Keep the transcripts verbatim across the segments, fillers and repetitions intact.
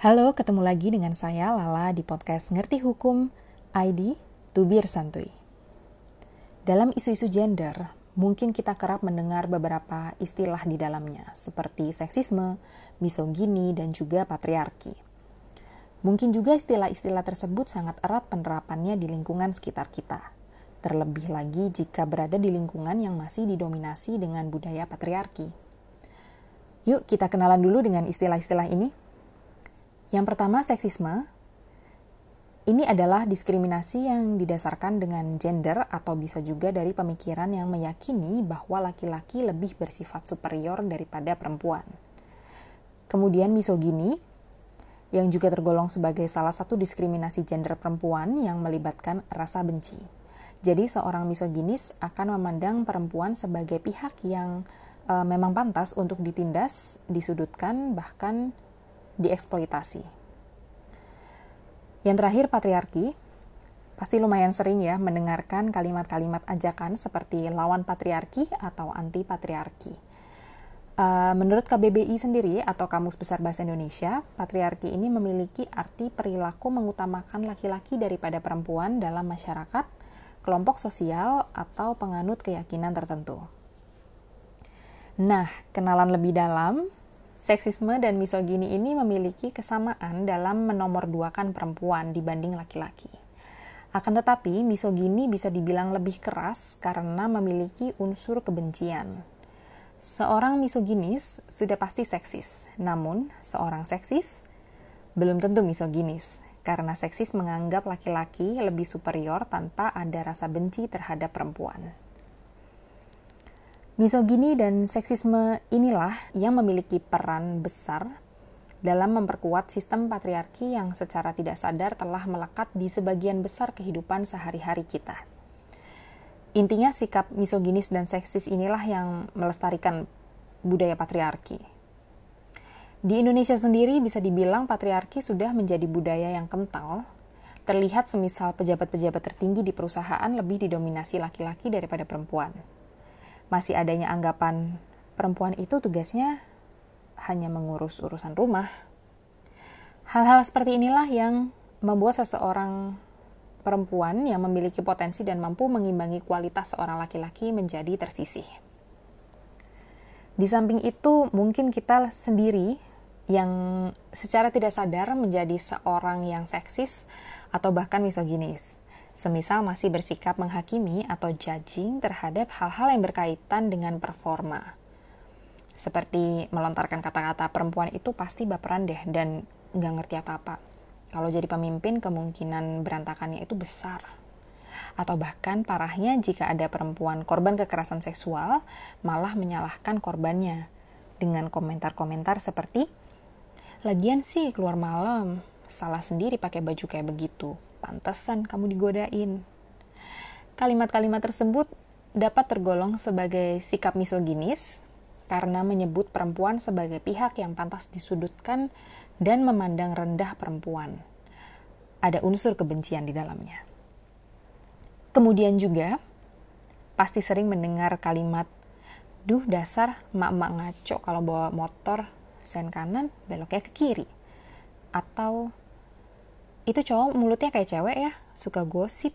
Halo, ketemu lagi dengan saya Lala di podcast Ngerti Hukum I D Tubir Santuy. Dalam isu-isu gender, mungkin kita kerap mendengar beberapa istilah di dalamnya, seperti seksisme, misogini, dan juga patriarki. Mungkin juga istilah-istilah tersebut sangat erat penerapannya di lingkungan sekitar kita, terlebih lagi jika berada di lingkungan yang masih didominasi dengan budaya patriarki. Yuk kita kenalan dulu dengan istilah-istilah ini. Yang pertama, seksisme. Ini adalah diskriminasi yang didasarkan dengan gender atau bisa juga dari pemikiran yang meyakini bahwa laki-laki lebih bersifat superior daripada perempuan. Kemudian misogini, yang juga tergolong sebagai salah satu diskriminasi gender perempuan yang melibatkan rasa benci. Jadi seorang misoginis akan memandang perempuan sebagai pihak yang e, memang pantas untuk ditindas, disudutkan, bahkan dieksploitasi. Yang terakhir, patriarki. Pasti lumayan sering ya mendengarkan kalimat-kalimat ajakan seperti lawan patriarki atau anti patriarki. Uh, menurut K B B I sendiri atau Kamus Besar Bahasa Indonesia, patriarki ini memiliki arti perilaku mengutamakan laki-laki daripada perempuan dalam masyarakat, kelompok sosial, atau penganut keyakinan tertentu. Nah, kenalan lebih dalam, seksisme dan misogini ini memiliki kesamaan dalam menomorduakan perempuan dibanding laki-laki. Akan tetapi, misogini bisa dibilang lebih keras karena memiliki unsur kebencian. Seorang misoginis sudah pasti seksis, namun seorang seksis belum tentu misoginis, karena seksis menganggap laki-laki lebih superior tanpa ada rasa benci terhadap perempuan. Misogini dan seksisme inilah yang memiliki peran besar dalam memperkuat sistem patriarki yang secara tidak sadar telah melekat di sebagian besar kehidupan sehari-hari kita. Intinya sikap misoginis dan seksis inilah yang melestarikan budaya patriarki. Di Indonesia sendiri bisa dibilang patriarki sudah menjadi budaya yang kental, terlihat semisal pejabat-pejabat tertinggi di perusahaan lebih didominasi laki-laki daripada perempuan. Masih adanya anggapan perempuan itu tugasnya hanya mengurus urusan rumah. Hal-hal seperti inilah yang membuat seseorang perempuan yang memiliki potensi dan mampu mengimbangi kualitas seorang laki-laki menjadi tersisih. Di samping itu, mungkin kita sendiri yang secara tidak sadar menjadi seorang yang seksis atau bahkan misoginis. Semisal masih bersikap menghakimi atau judging terhadap hal-hal yang berkaitan dengan performa. Seperti melontarkan kata-kata perempuan itu pasti baperan deh dan nggak ngerti apa-apa. Kalau jadi pemimpin kemungkinan berantakannya itu besar. Atau bahkan parahnya jika ada perempuan korban kekerasan seksual malah menyalahkan korbannya dengan komentar-komentar seperti, "Lagian sih keluar malam, salah sendiri pakai baju kayak begitu. Pantesan kamu digodain." Kalimat-kalimat tersebut dapat tergolong sebagai sikap misoginis karena menyebut perempuan sebagai pihak yang pantas disudutkan dan memandang rendah perempuan. Ada unsur kebencian di dalamnya. Kemudian juga pasti sering mendengar kalimat, "Duh dasar mak-mak ngaco kalau bawa motor sen kanan beloknya ke kiri." Atau itu cowok mulutnya kayak cewek ya, suka gosip.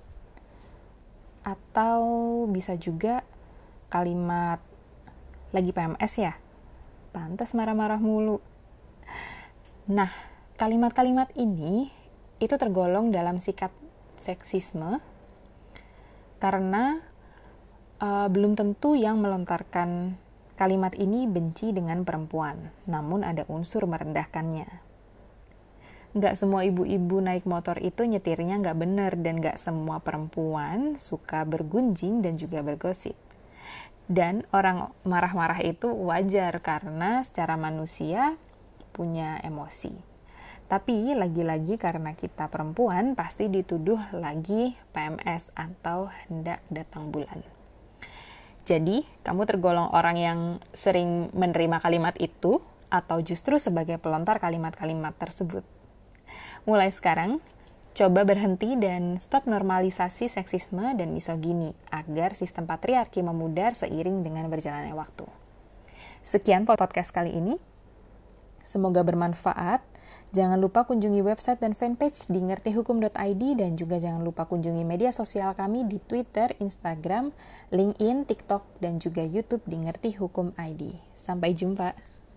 Atau bisa juga kalimat, "Lagi P M S ya? Pantas marah-marah mulu." Nah, kalimat-kalimat ini itu tergolong dalam sikap seksisme karena uh, belum tentu yang melontarkan kalimat ini benci dengan perempuan, namun ada unsur merendahkannya. Gak semua ibu-ibu naik motor itu nyetirnya gak bener dan gak semua perempuan suka bergunjing dan juga bergosip. Dan orang marah-marah itu wajar karena secara manusia punya emosi. Tapi lagi-lagi karena kita perempuan pasti dituduh lagi P M S atau hendak datang bulan. Jadi kamu tergolong orang yang sering menerima kalimat itu atau justru sebagai pelontar kalimat-kalimat tersebut. Mulai sekarang, coba berhenti dan stop normalisasi seksisme dan misogini agar sistem patriarki memudar seiring dengan berjalannya waktu. Sekian podcast kali ini. Semoga bermanfaat. Jangan lupa kunjungi website dan fanpage di ngertihukum dot i d dan juga jangan lupa kunjungi media sosial kami di Twitter, Instagram, LinkedIn, TikTok, dan juga YouTube di Ngerti Hukum I D. Sampai jumpa.